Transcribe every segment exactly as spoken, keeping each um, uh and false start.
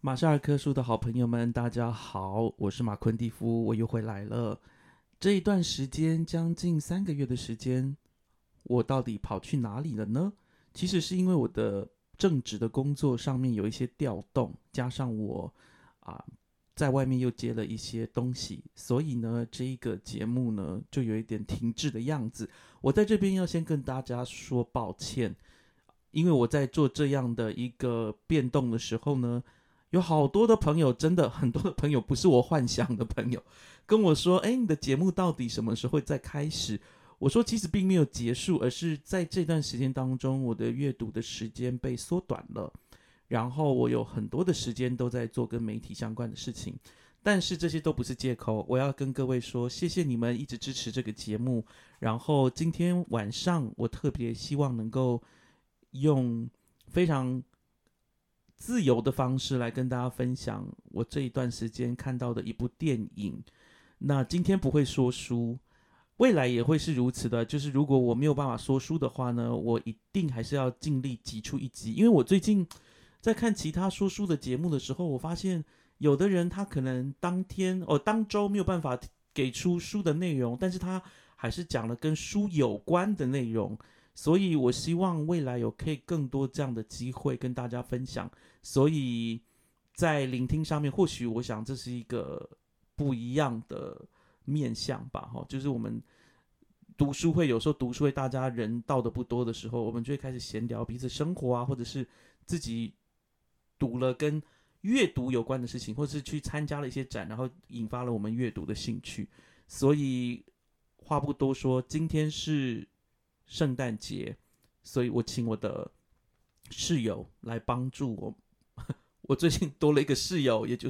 马夏尔科书的好朋友们，大家好，我是马昆蒂夫，我又回来了。这一段时间，将近三个月的时间，我到底跑去哪里了呢？其实是因为我的正职的工作上面有一些调动，加上我啊、在外面又接了一些东西，所以呢，这一个节目呢就有一点停滞的样子。我在这边要先跟大家说抱歉，因为我在做这样的一个变动的时候呢。有好多的朋友，真的很多的朋友不是我幻想的朋友，跟我说：“哎，你的节目到底什么时候会再开始？”我说：“其实并没有结束，而是在这段时间当中，我的阅读的时间被缩短了，然后我有很多的时间都在做跟媒体相关的事情。但是这些都不是借口，我要跟各位说，谢谢你们一直支持这个节目。然后今天晚上，我特别希望能够用非常自由的方式来跟大家分享我这一段时间看到的一部电影。那今天不会说书，未来也会是如此的。就是如果我没有办法说书的话呢，我一定还是要尽力挤出一集。因为我最近在看其他说书的节目的时候，我发现有的人他可能当天哦当周没有办法给出书的内容，但是他还是讲了跟书有关的内容。所以我希望未来有可以更多这样的机会跟大家分享，所以在聆听上面，或许我想这是一个不一样的面向吧，就是我们读书会有时候读书会大家人到的不多的时候，我们就会开始闲聊彼此生活啊，或者是自己读了跟阅读有关的事情，或者是去参加了一些展，然后引发了我们阅读的兴趣。所以话不多说，今天是圣诞节，所以我请我的室友来帮助我。我最近多了一个室友，也就是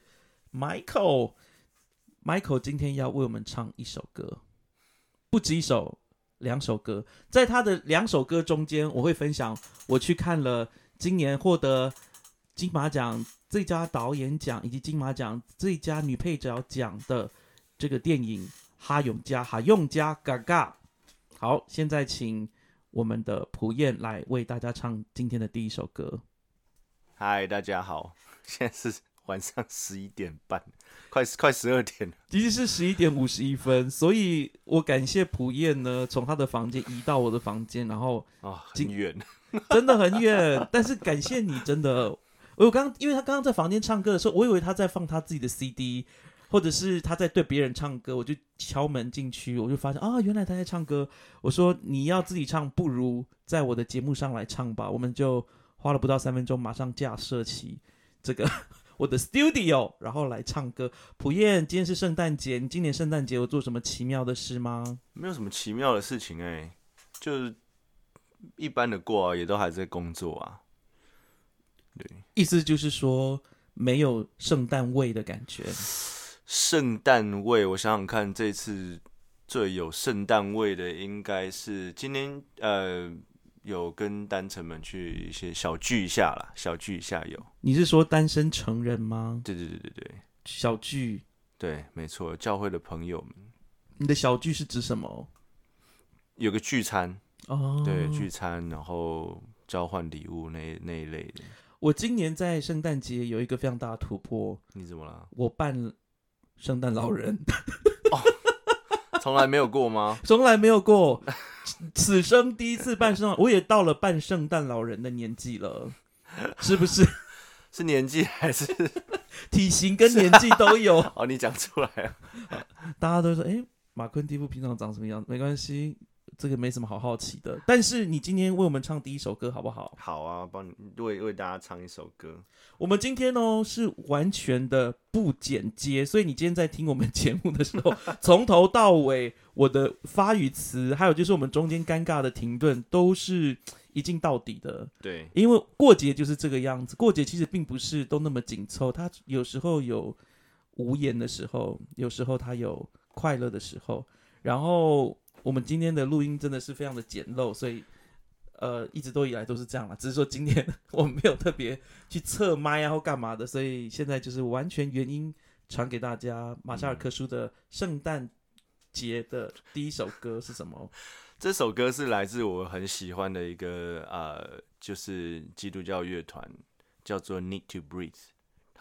Michael。Michael 今天要为我们唱一首歌，不止一首，两首歌。在他的两首歌中间，我会分享我去看了今年获得金马奖最佳导演奖以及金马奖最佳女配角奖的这个电影《哈永家》哈永家嘎嘎。好，现在请我们的蒲燕来为大家唱今天的第一首歌。 嗨，大家好，现在是晚上十一点半，快快十二点了。 其实是十一点五十一分，所以我感谢蒲燕呢，从他的房间移到我的房间，然后哦，很远， 真的很远，但是感谢你，真的。我刚因为他刚刚在房间唱歌的时候，我以为他在放他自己的 C D。或者是他在对别人唱歌，我就敲门进去，我就发现啊，原来他在唱歌。我说你要自己唱，不如在我的节目上来唱吧。我们就花了不到三分钟，马上架设起这个我的 studio， 然后来唱歌。蒲燕，今天是圣诞节，你今年圣诞节有做什么奇妙的事吗？ 没有什么奇妙的事情哎、欸，就是一般的过啊，也都还在工作啊。对， 意思就是说没有圣诞味的感觉。 圣诞味，我想想看，这次最有圣诞味的应该是今天呃，有跟单程们去一些小聚一下啦，小聚一下有。 你是说单身成人吗？ 对对对对对， 小聚。 对，没错，教会的朋友们。 你的小聚是指什么？ 有个聚餐哦， 对，聚餐，然后交换礼物那那一类的。 我今年在圣诞节有一个非常大的突破。 你怎么了？ 我扮圣诞老人。 哦，从来没有过吗？ 从来没有过，此生第一次扮圣诞，我也到了扮圣诞老人的年纪了，是不是？ 是年纪还是体型跟年纪都有？ 哦，你讲出来了。 大家都说，哎，马昆蒂夫平常长什么样？没关系，这个没什么好好奇的。但是你今天为我们唱第一首歌好不好？ 好啊，帮你为为大家唱一首歌。 我们今天哦是完全的不剪接，所以你今天在听我们节目的时候，从头到尾我的发语词，还有就是我们中间尴尬的停顿，都是一镜到底的。 对， 因为过节就是这个样子，过节其实并不是都那么紧凑，它有时候有无言的时候，有时候它有快乐的时候。然后我们今天的录音真的是非常的简陋，所以呃一直都以来都是这样啦，只是说今天我们没有特别去测麦啊或干嘛的，所以现在就是完全原音传给大家。马夏尔科书的圣诞节的第一首歌是什么？ 这首歌是来自我很喜欢的一个呃，就是基督教乐团，叫做 Need to Breathe。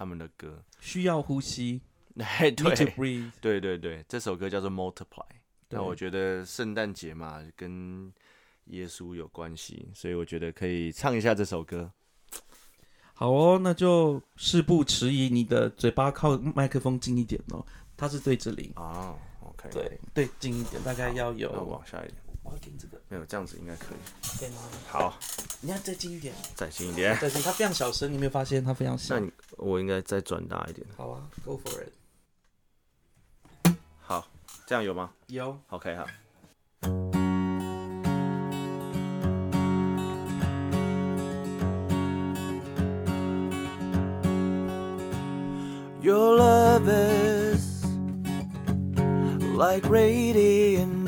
他们的歌， 需要呼吸。 对 Need to breathe。 对对对，这首歌叫做 Multiply。那我觉得圣诞节嘛，跟耶稣有关系，所以我觉得可以唱一下这首歌。 好哦，那就事不迟疑，你的嘴巴靠麦克风近一点哦，它是对着零啊。OK， 对对，近一点，大概要有。 那往下一点。 我要听这个。 没有，这样子应该可以。 可以吗？ 好， 你看再近一点， 再近一点， 再近，它非常小声，你有没有发现它非常小？ 那你我应该再转大一点。 好啊 ，Go for it。 好，这样有吗？ 有。 OK， 好。Your love is like radiant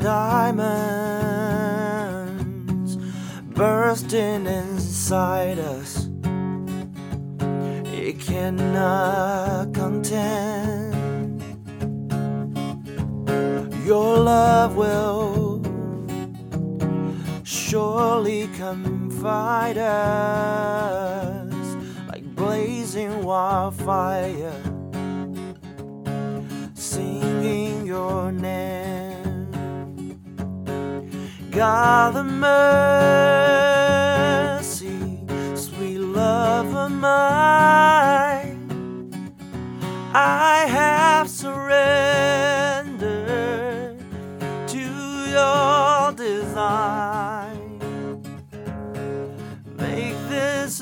diamonds bursting inside us. It cannot contain. Your love will surely confide us like blazing wildfire. Singing your name, God the mercy, sweet love of mine, I have surrendered to your design. Make this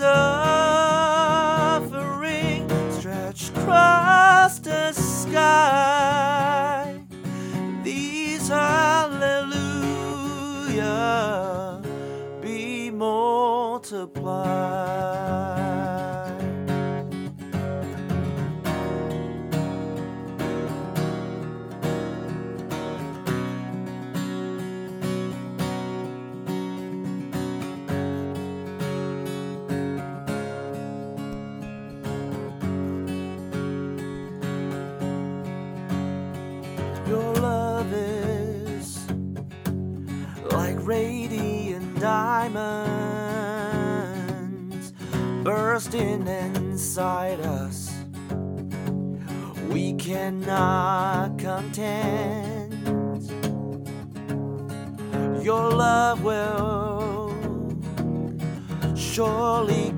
offering stretch across the sky. These hallelujah be multiplied. Your love is like radiant diamonds bursting inside us. We cannot contain. Your love will surely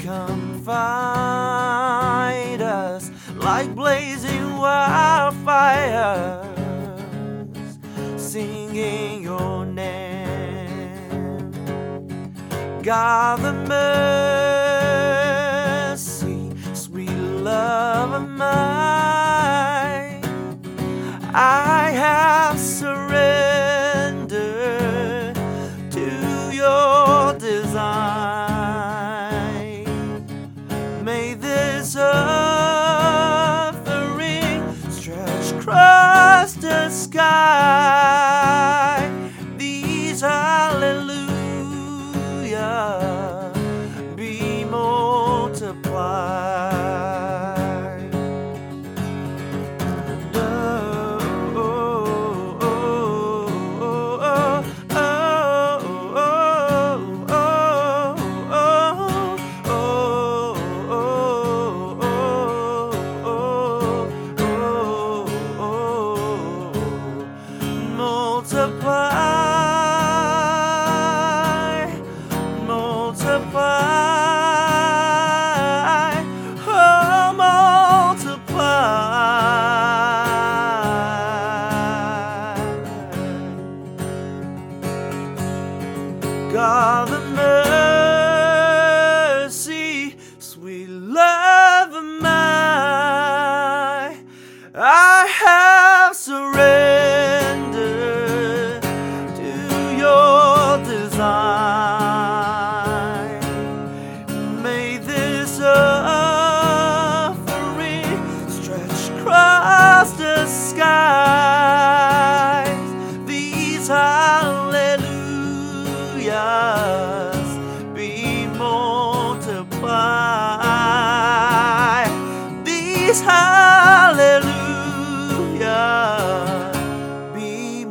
confide us like blazing wildfire. Singing your name, God the mercy, sweet love of mine, I have surrendered to your design. May this offering stretch across the sky. These hallelujah be multiplied. Oh, oh, oh, oh, oh, multiply, multiply, oh, multiply. God the mercy, sweet love of mine, I have surrendered to your design. May this offering stretch across the skies. These hallelujahs be multiplied. These hallelujahs be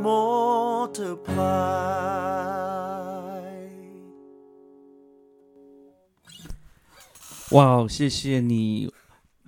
multiplied. 哇，谢谢你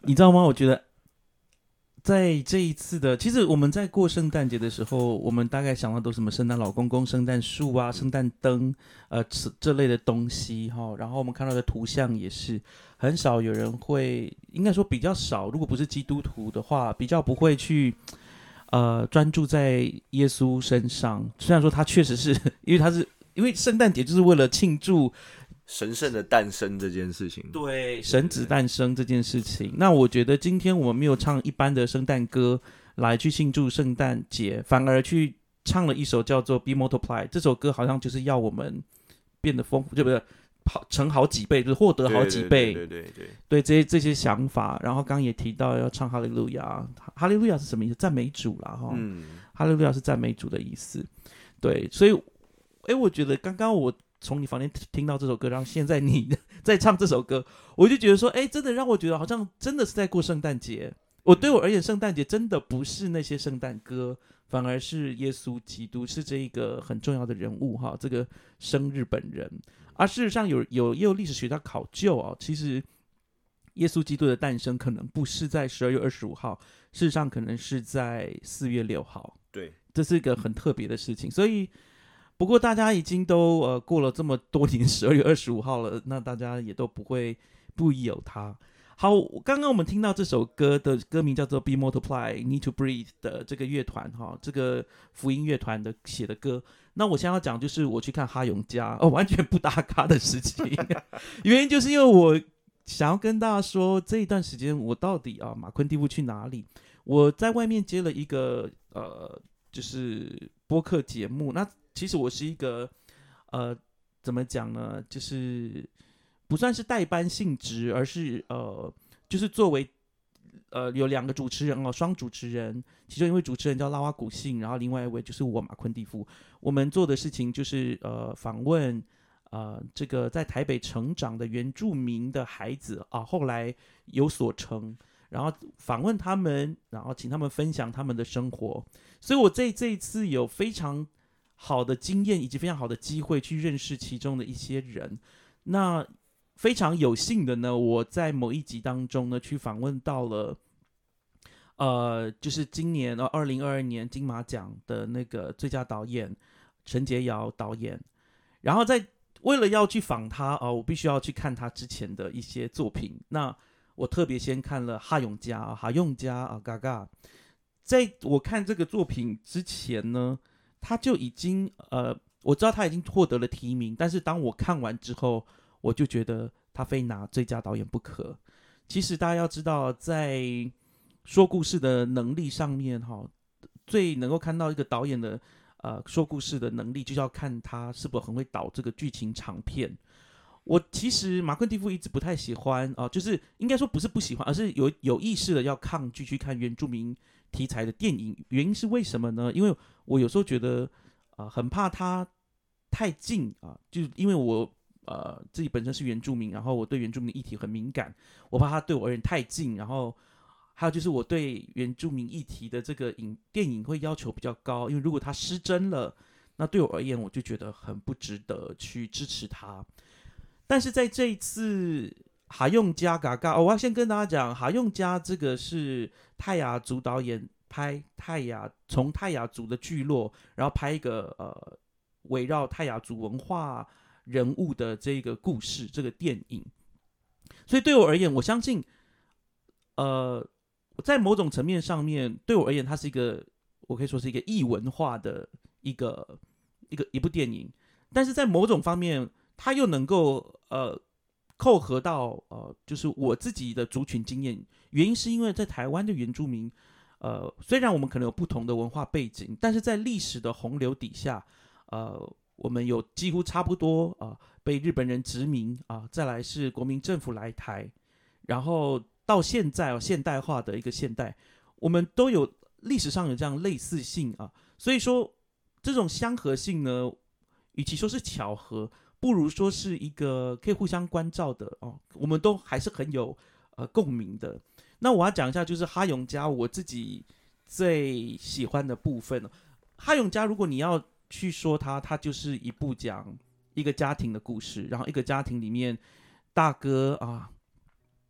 你知道吗？我觉得在这一次的，其实我们在过圣诞节的时候，我们大概想到都什么圣诞老公公、圣诞树啊、圣诞灯，呃，这这类的东西哈。然后我们看到的图像也是很少有人会，应该说比较少，如果不是基督徒的话，比较不会去呃专注在耶稣身上。虽然说他确实是因为他是因为圣诞节就是为了庆祝神圣的诞生这件事情， 对，神子诞生这件事情。那我觉得今天我们没有唱一般的圣诞歌来去庆祝圣诞节，反而去唱了一首叫做《Be Multiply》。这首歌好像就是要我们变得丰富，对不对？成好几倍，就是获得好几倍。 对对对对对， 对这些这些想法。然后刚刚也提到要唱哈利路亚，哈利路亚是什么意思？赞美主啦，哈、嗯，哈利路亚是赞美主的意思。对，所以，哎，我觉得刚刚我从你房间听到这首歌，然后现在你在唱这首歌，我就觉得说，哎，真的让我觉得好像真的是在过圣诞节。我对我而言，圣诞节真的不是那些圣诞歌，反而是耶稣基督，是这一个很重要的人物哈，这个生日本人。而事实上有有也有历史学家考究哦，其实耶稣基督的诞生可能不是在十二月二十五号，事实上可能是在四月六号。 对， 这是一个很特别的事情。所以，不过大家已经都呃过了这么多年，十二月二十五号了，那大家也都不会不疑有他。好，刚刚我们听到这首歌的歌名叫做《Be Multiply Need to Breathe》的这个乐团哈，这个福音乐团的写的歌。那我现在要讲就是我去看哈永家，哦，完全不搭嘎的事情。原因就是因为我想要跟大家说，这一段时间我到底啊马昆蒂夫去哪里？我在外面接了一个呃，就是播客节目。那其实我是一个呃，怎么讲呢？就是不算是代班性质，而是呃，就是作为呃有两个主持人哦，双主持人，其中一位主持人叫拉瓦古信，然后另外一位就是我马昆蒂夫。我们做的事情就是呃访问呃这个在台北成长的原住民的孩子啊，后来有所成，然后访问他们，然后请他们分享他们的生活。所以我这这一次有非常好的经验以及非常好的机会去认识其中的一些人。那非常有幸的呢，我在某一集当中呢，去访问到了，呃，就是今年呃二零二二年金马奖的那个最佳导演陈洁瑶导演。然后在为了要去访他啊、呃，我必须要去看他之前的一些作品。那我特别先看了哈永家啊，哈永家啊，嘎嘎。在我看这个作品之前呢，他就已经呃，我知道他已经获得了提名，但是当我看完之后，我就觉得他非拿最佳导演不可。其实大家要知道，在说故事的能力上面，哈，最能够看到一个导演的呃说故事的能力，就是要看他是否很会导这个剧情长片。我其实马昆蒂夫一直不太喜欢啊、呃，就是应该说不是不喜欢，而是有有意识的要抗拒去看原住民题材的电影。原因是为什么呢？因为我有时候觉得啊、呃，很怕他太近啊、呃，就因为我。呃，自己本身是原住民，然后我对原住民议题很敏感，我怕他对我而言太近，然后还有就是我对原住民议题的这个影电影会要求比较高，因为如果他失真了，那对我而言我就觉得很不值得去支持他。但是在这一次哈永家嘎嘎、哦，我要先跟大家讲，哈永家这个是泰雅族导演拍泰雅从泰雅族的聚落，然后拍一个呃围绕泰雅族文化人物的这个故事，这个电影。所以对我而言，我相信，呃，在某种层面上面，对我而言，它是一个，我可以说是一个异文化的一个一个一部电影。但是在某种方面，它又能够呃扣合到呃，就是我自己的族群经验。原因是因为在台湾的原住民，呃，虽然我们可能有不同的文化背景，但是在历史的洪流底下，呃。我们有几乎差不多啊、呃，被日本人殖民啊、呃，再来是国民政府来台，然后到现在哦，现代化的一个现代，我们都有历史上有这样类似性啊，所以说这种相合性呢，与其说是巧合，不如说是一个可以互相关照的哦，我们都还是很有呃共鸣的。那我要讲一下，就是哈永家我自己最喜欢的部分。哈永家，如果你要去说它，它就是一部讲一个家庭的故事，然后一个家庭里面大哥啊，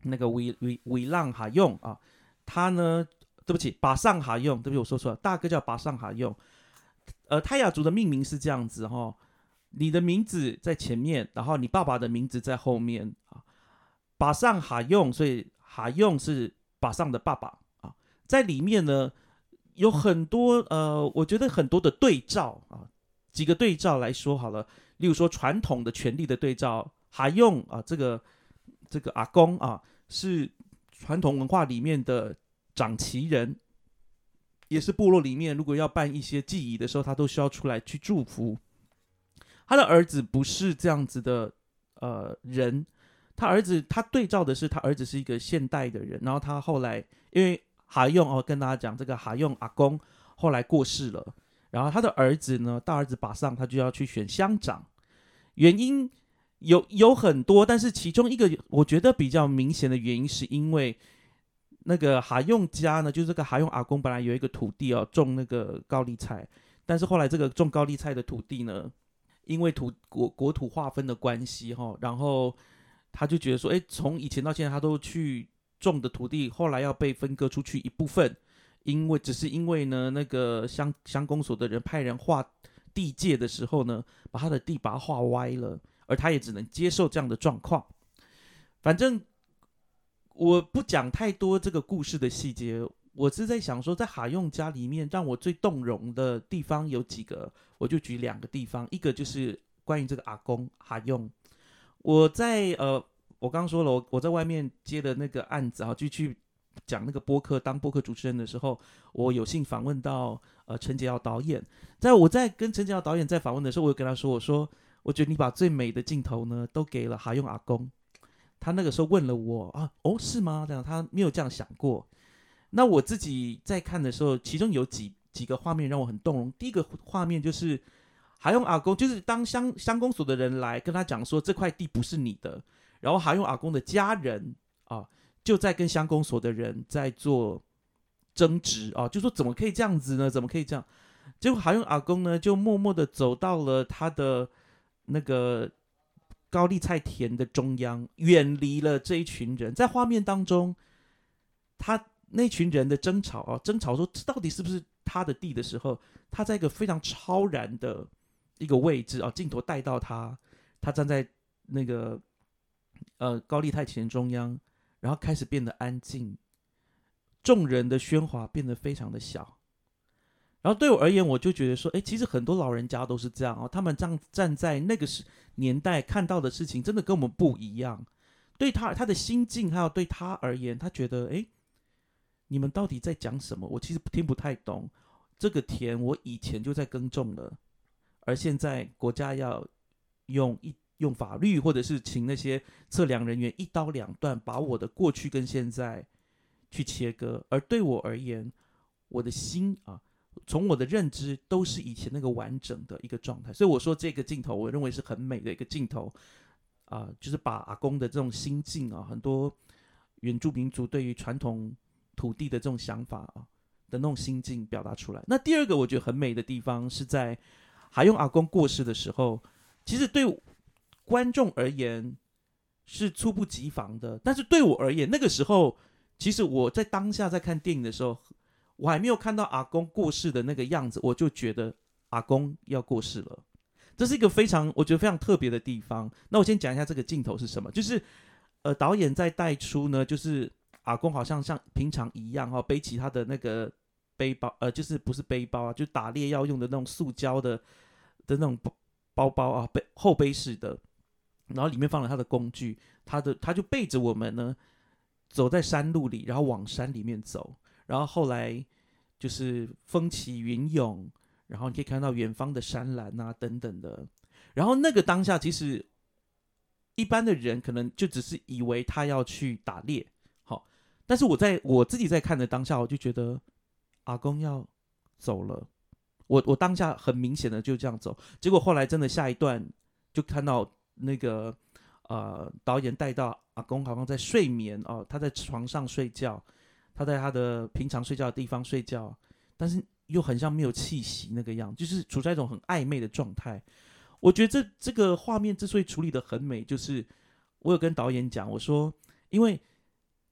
那个维维维浪哈用啊，他呢，对不起，巴上哈用，对不起，我说错了，大哥叫巴上哈用。呃，泰雅族的命名是这样子哈、哦，你的名字在前面，然后你爸爸的名字在后面啊。巴上哈用，所以哈用是巴上的爸爸啊，在里面呢有很多呃，我觉得很多的对照啊，几个对照来说好了，例如说传统的权力的对照，哈用啊，这个这个阿公啊，是传统文化里面的长旗人，也是部落里面如果要办一些祭仪的时候，他都需要出来去祝福。他的儿子不是这样子的呃人，他儿子他对照的是他儿子是一个现代的人，然后他后来因为哈用哦，跟大家讲这个哈用阿公后来过世了，然后他的儿子呢，大儿子把上他就要去选乡长，原因有有很多，但是其中一个我觉得比较明显的原因是因为那个哈用家呢，就是这个哈用阿公本来有一个土地哦，种那个高丽菜，但是后来这个种高丽菜的土地呢，因为土国国土划分的关系哈、哦，然后他就觉得说，哎，从以前到现在他都去种的土地，后来要被分割出去一部分，因为只是因为呢，那个乡乡公所的人派人划地界的时候呢，把他的地把它划歪了，而他也只能接受这样的状况。反正我不讲太多这个故事的细节，我是在想说，在哈用家里面让我最动容的地方有几个，我就举两个地方，一个就是关于这个阿公哈用。我在呃，我刚刚说了，我我在外面接的那个案子啊，就去讲那个播客，当播客主持人的时候，我有幸访问到呃陈杰尧导演。在我在跟陈杰尧导演在访问的时候，我有跟他说，我说我觉得你把最美的镜头呢都给了哈用阿公。他那个时候问了我啊，哦是吗？这样他没有这样想过。那我自己在看的时候，其中有几几个画面让我很动容。第一个画面就是哈用阿公，就是当乡乡公所的人来跟他讲说这块地不是你的，然后哈用阿公的家人啊就在跟乡公所的人在做争执啊，就说怎么可以这样子呢？怎么可以这样？结果哈用阿公呢就默默的走到了他的那个高丽菜田的中央，远离了这一群人。在画面当中，他那群人的争吵啊，争吵说这到底是不是他的地的时候，他在一个非常超然的一个位置啊，镜头带到他，他站在那个呃高丽菜田中央，然后开始变得安静，众人的喧哗变得非常的小。然后对我而言，我就觉得说，哎，其实很多老人家都是这样哦，他们这样站在那个年代看到的事情，真的跟我们不一样。对他他的心境，还有对他而言，他觉得，哎，你们到底在讲什么？我其实听不太懂。这个田我以前就在耕种了，而现在国家要用一用法律，或者是请那些测量人员一刀两断，把我的过去跟现在去切割。而对我而言，我的心啊。从我的认知都是以前那个完整的一个状态，所以我说这个镜头我认为是很美的一个镜头啊、呃，就是把阿公的这种心境啊，很多原住民族对于传统土地的这种想法啊的那种心境表达出来。那第二个我觉得很美的地方是在哈用阿公过世的时候，其实对观众而言是猝不及防的，但是对我而言，那个时候其实我在当下在看电影的时候。我还没有看到阿公过世的那个样子，我就觉得阿公要过世了。这是一个非常我觉得非常特别的地方。那我先讲一下这个镜头是什么，就是呃导演在带出呢，就是阿公好像像平常一样哈、哦，背起他的那个背包，呃，就是不是背包啊，就打猎要用的那种塑胶的的那种包包啊，背后背式的，然后里面放了他的工具，他的他就背着我们呢，走在山路里，然后往山里面走。然后后来就是风起云涌，然后你可以看到远方的山岚啊等等的。然后那个当下，其实一般的人可能就只是以为他要去打猎，好，但是我在我自己在看的当下，我就觉得阿公要走了。我我当下很明显的就这样走，结果后来真的下一段就看到那个呃导演带到阿公好像在睡眠哦，他在床上睡觉。他在他的平常睡觉的地方睡觉，但是又很像没有气息那个样，就是处在一种很暧昧的状态。我觉得这这个画面之所以处理得很美，就是我有跟导演讲，我说，因为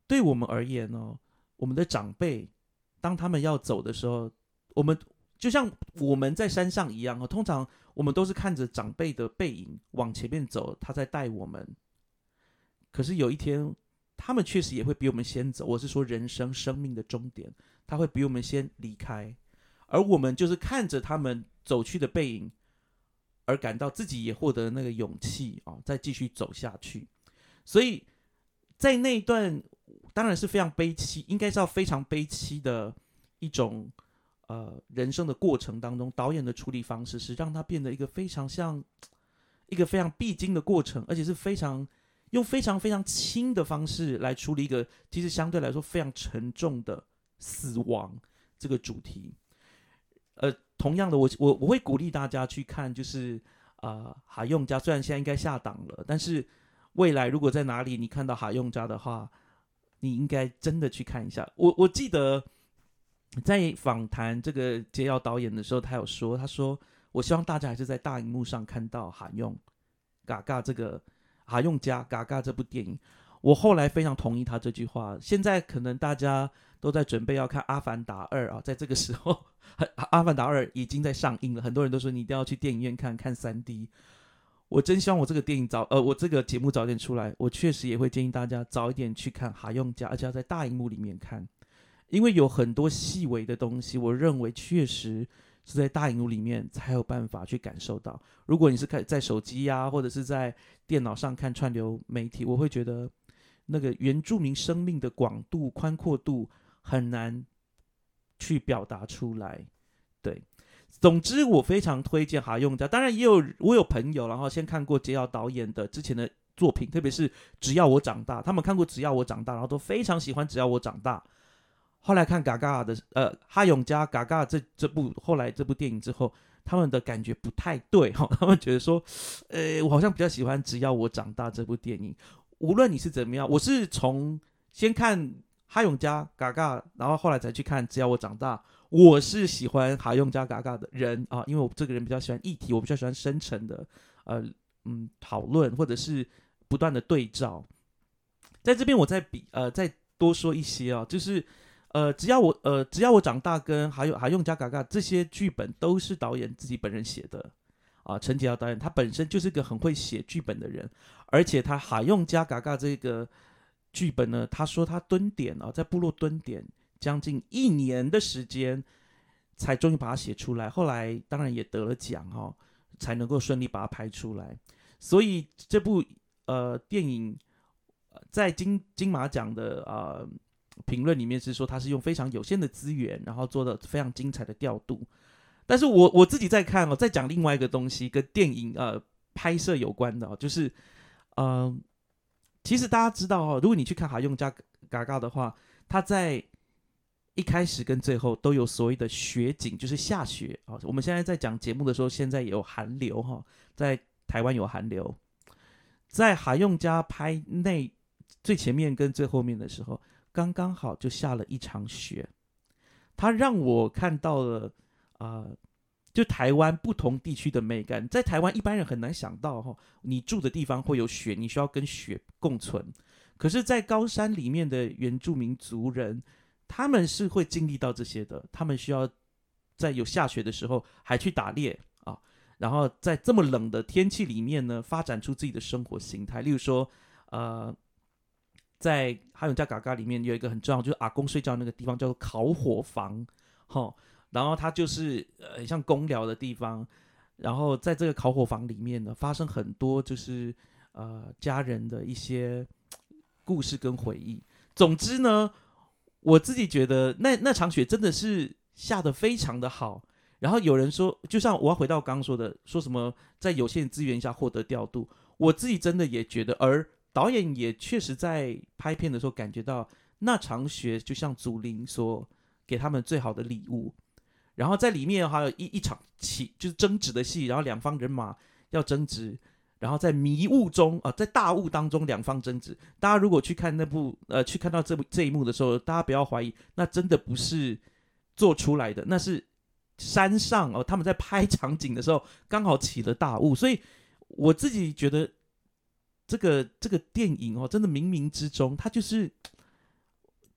对我们而言哦，我们的长辈当他们要走的时候，我们就像我们在山上一样哦，通常我们都是看着长辈的背影往前面走，他在带我们。可是有一天，他们确实也会比我们先走，我是说人生生命的终点，他会比我们先离开，而我们就是看着他们走去的背影，而感到自己也获得那个勇气啊，再继续走下去。所以在那一段当然是非常悲戚，应该是要非常悲戚的一种呃人生的过程当中，导演的处理方式是让它变得一个非常像一个非常必经的过程，而且是非常用非常非常轻的方式来处理一个其实相对来说非常沉重的死亡这个主题。呃，同样的我，我我会鼓励大家去看，就是呃哈用家，虽然现在应该下档了，但是未来如果在哪里你看到哈用家的话，你应该真的去看一下。我我记得在访谈这个杰耀导演的时候，他有说，他说我希望大家还是在大荧幕上看到哈用嘎嘎这个哈用家嘎嘎这部电影。我后来非常同意他这句话。现在可能大家都在准备要看《阿凡达二》啊，在这个时候，《阿凡达二》已经在上映了，很多人都说你一定要去电影院看看 三 D。我真希望我这个电影早呃，我这个节目早点出来。我确实也会建议大家早一点去看哈用家，而且要在大荧幕里面看，因为有很多细微的东西，我认为确实是在大荧幕里面才有办法去感受到。如果你是在手机啊，或者是在电脑上看串流媒体，我会觉得那个原住民生命的广度、宽阔度很难去表达出来。对，总之我非常推荐哈用家。当然也有我有朋友，然后先看过杰耀导演的之前的作品，特别是只要我长大，他们看过只要我长大，然后都非常喜欢只要我长大。后来看嘎嘎的呃哈勇家嘎嘎这这部后来这部电影之后，他们的感觉不太对哈，他们觉得说，呃，我好像比较喜欢只要我长大这部电影。无论你是怎么样，我是从先看哈勇家嘎嘎，然后后来才去看只要我长大。我是喜欢哈勇家嘎嘎的人啊，因为我这个人比较喜欢议题，我比较喜欢深层的呃嗯讨论，或者是不断的对照。在这边我再比呃再多说一些啊，就是呃只要我呃只要我长大跟哈勇哈勇家嘎嘎这些剧本都是导演自己本人写的啊，陈杰耀导演他本身就是个很会写剧本的人，而且他哈勇家嘎嘎这个剧本呢，他说他蹲点啊，在部落蹲点将近一年的时间，才终于把它写出来。后来当然也得了奖哦，才能够顺利把它拍出来。所以这部呃电影在金金马奖的呃评论里面是说，它是用非常有限的资源，然后做的非常精彩的调度。但是我我自己在看哦，在讲另外一个东西，跟电影呃拍摄有关的哦，就是呃，其实大家知道哦，如果你去看哈勇家嘎嘎的话，他在一开始跟最后都有所谓的雪景，就是下雪啊。我们现在在讲节目的时候，现在也有寒流哈，在台湾有寒流。在哈勇家拍那最前面跟最后面的时候，刚刚好就下了一场雪，它让我看到了啊、呃，就台湾不同地区的美感。在台湾一般人很难想到哈，你住的地方会有雪，你需要跟雪共存。可是，在高山里面的原住民族人，他们是会经历到这些的，他们需要在有下雪的时候还去打猎啊，然后在这么冷的天气里面呢，发展出自己的生活形态。例如说，呃，在哈勇家嘎嘎里面有一个很重要，就是阿公睡觉那个地方叫做烤火房，哈，然后它就是呃很像公寮的地方，然后在这个烤火房里面呢，发生很多就是呃家人的一些故事跟回忆。总之呢，我自己觉得那那场雪真的是下得非常的好。然后有人说，就像我要回到刚刚说的，说什么在有限资源下获得调度，我自己真的也觉得，而导演也确实在拍片的时候感觉到那场雪就像祖灵所给他们最好的礼物。然后在里面还有一一场起就是争执的戏，然后两方人马要争执。然后在迷雾中啊、呃，在大雾当中，两方争执。大家如果去看那部呃，去看到这部这一幕的时候，大家不要怀疑，那真的不是做出来的，那是山上哦，他们在拍场景的时候刚好起了大雾。所以我自己觉得这个这个电影哦，真的冥冥之中，它就是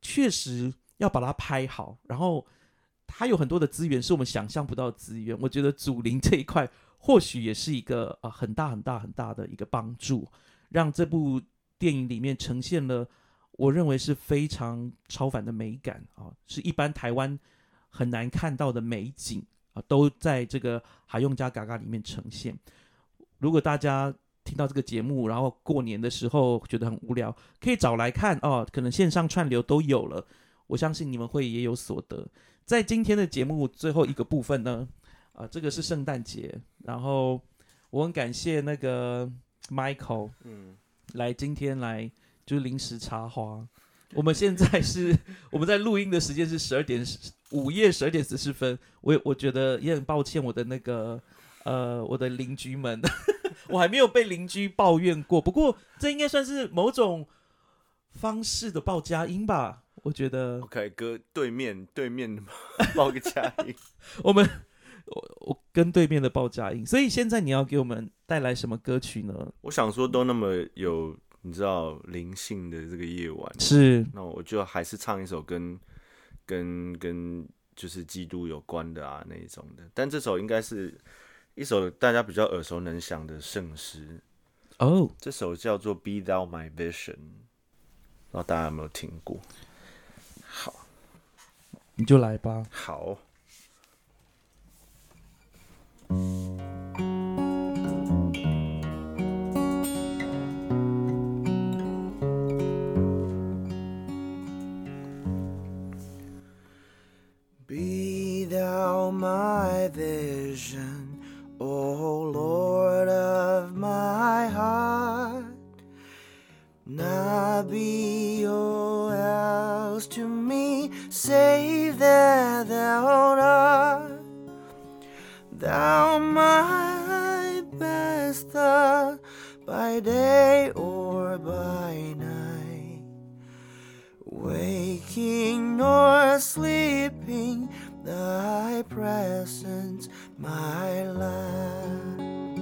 确实要把它拍好，然后它有很多的资源是我们想象不到的资源。我觉得祖灵这一块或许也是一个、呃、很大很大很大的一个帮助，让这部电影里面呈现了我认为是非常超凡的美感、啊、是一般台湾很难看到的美景、啊、都在这个哈勇加嘎嘎里面呈现。如果大家听到这个节目，然后过年的时候觉得很无聊，可以找来看哦，可能线上串流都有了，我相信你们会也有所得。在今天的节目最后一个部分呢，啊，这个是圣诞节，然后我很感谢那个 Michael， 嗯，来今天来就是临时插花。我们现在是我们在录音的时间是十二点午夜十二点十四分，我我觉得也很抱歉我的那个呃我的邻居们，我还没有被邻居抱怨过，不过这应该算是某种方式的报佳音吧。我觉得 OK， 哥对面对面报个佳音， 我们 我, 我跟对面的报佳音，所以现在你要给我们带来什么歌曲呢？ 我想说都那么有你知道灵性的这个夜晚， 是， 那我就还是唱一首跟跟跟就是基督有关的啊那一种的，但这首应该是一首大家比较耳熟能详的圣诗哦、oh ， 这首叫做《Be Thou My Vision》，不知道大家有没有听过？好， 你就来吧。 好。Be thou my vision, O Lord of my heart, not be O else to me, save that thou art, thou my best thought, by day or by night, waking nor sleeping, thy presence my life。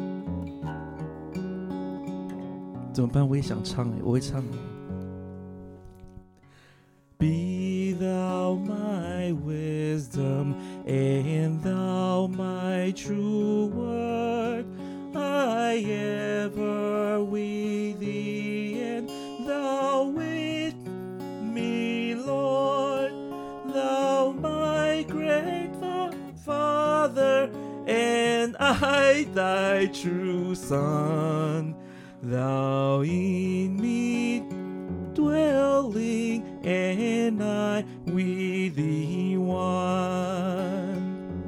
怎么办？我也想唱哎，我会唱哎。Be thou my wisdom, and thou my true word, I ever with thee, and thou with me, Lord, thou my great Father, and I thy true Son, thou in me dwelling, and I with thee one.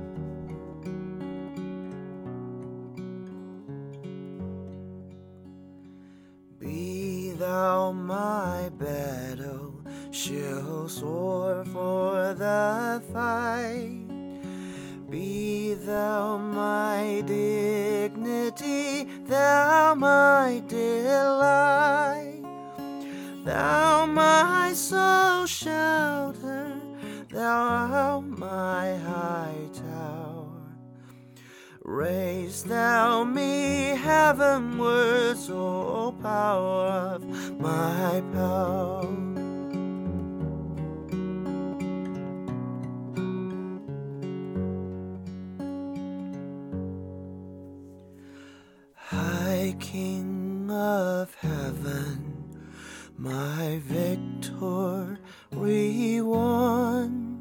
Be thou my battle, shield sword for the fight. Be thou my dignity, thou my delight, thou my soul shelter, thou my high tower. Raise thou me heavenwards, O power of my power. High King of heaven, my victory won,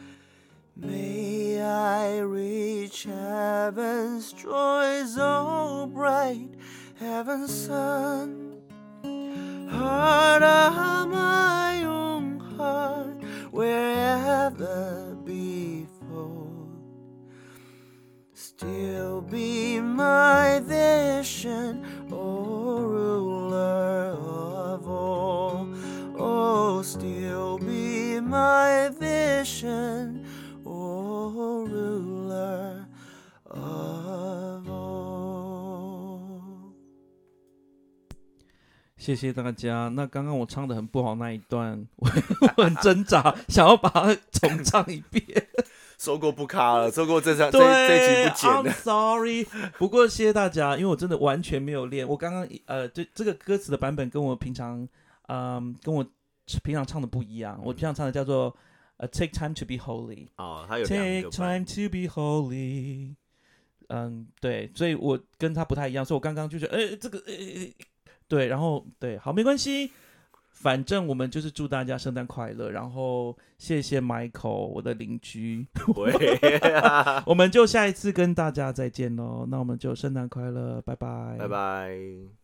may I reach heaven's joys, O bright heaven's sun. Heart of my own heart, wherever before, still be my vision, O ruler of all. Oh, still be my vision, O ruler of all。 谢谢大家。那刚刚我唱的很不好那一段，我我很挣扎，想要把它重唱一遍。 收过不卡了，收过这场这对这集不剪了。 I'm sorry， 不过谢谢大家，因为我真的完全没有练。我刚刚呃，这这个歌词的版本跟我平常嗯、呃、跟我平常唱的不一样，我平常唱的叫做呃 Take Time to Be Holy。 哦，它有两个 Take 版 time to be holy。嗯，对，所以我跟他不太一样，所以我刚刚就觉得，呃，这个，呃，对，然后对，好，没关系，反正我们就是祝大家圣诞快乐，然后谢谢 Michael 我的邻居，我们就下一次跟大家再见喽，那我们就圣诞快乐，拜拜， 拜拜。